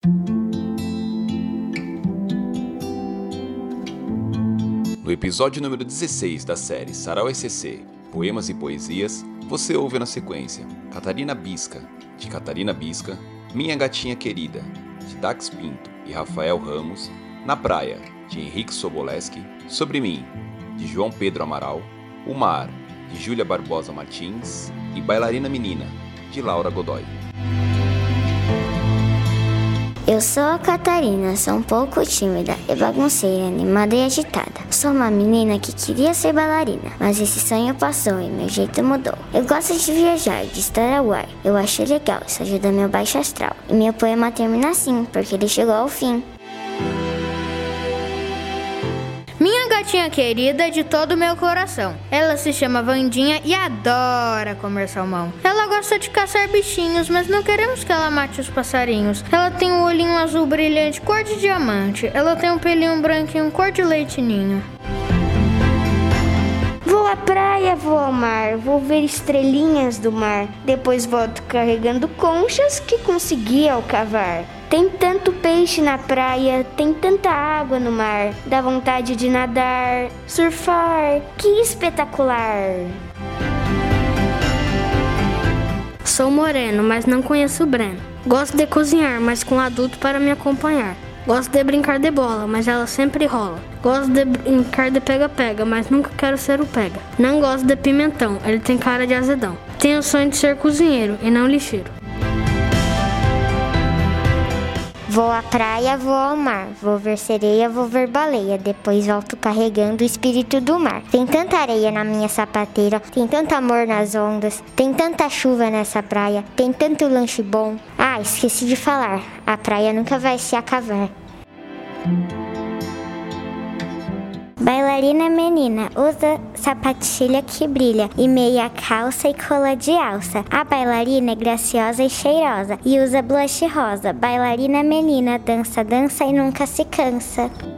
No episódio número 16 da série Sarau SCC, Poemas e Poesias, você ouve na sequência Catarina Bisca, de Catarina Bisca, Minha Gatinha Querida, de Dax Pinto e Rafael Ramos, Na Praia, de Henrique Soboleski, Sobre Mim, de João Pedro Amaral, O Mar, de Júlia Barbosa Martins e Bailarina Menina, de Laura Godoy. Eu sou a Catarina, sou um pouco tímida e bagunceira, animada e agitada. Sou uma menina que queria ser bailarina, mas esse sonho passou e meu jeito mudou. Eu gosto de viajar, de estar ao ar, eu acho legal, isso ajuda meu baixo astral. E meu poema termina assim, porque ele chegou ao fim. Minha gatinha querida de todo o meu coração. Ela se chama Vandinha e adora comer salmão. Ela gosta de caçar bichinhos, mas não queremos que ela mate os passarinhos. Ela tem um olhinho azul brilhante, cor de diamante. Ela tem um pelinho branquinho, cor de leite ninho. Vou à praia, vou ao mar, vou ver estrelinhas do mar. Depois volto carregando conchas que consegui ao cavar. Tem tanto peixe na praia, tem tanta água no mar. Dá vontade de nadar, surfar, que espetacular! Sou moreno, mas não conheço o Breno. Gosto de cozinhar, mas com adulto para me acompanhar. Gosto de brincar de bola, mas ela sempre rola. Gosto de brincar de pega-pega, mas nunca quero ser o pega. Não gosto de pimentão, ele tem cara de azedão. Tenho o sonho de ser cozinheiro e não lixeiro. Vou à praia, vou ao mar, vou ver sereia, vou ver baleia, depois volto carregando o espírito do mar. Tem tanta areia na minha sapateira, tem tanto amor nas ondas, tem tanta chuva nessa praia, tem tanto lanche bom. Ah, esqueci de falar, a praia nunca vai se acabar. Bailarina menina, usa sapatilha que brilha e meia calça e cola de alça. A bailarina é graciosa e cheirosa e usa blush rosa. Bailarina menina, dança, dança e nunca se cansa.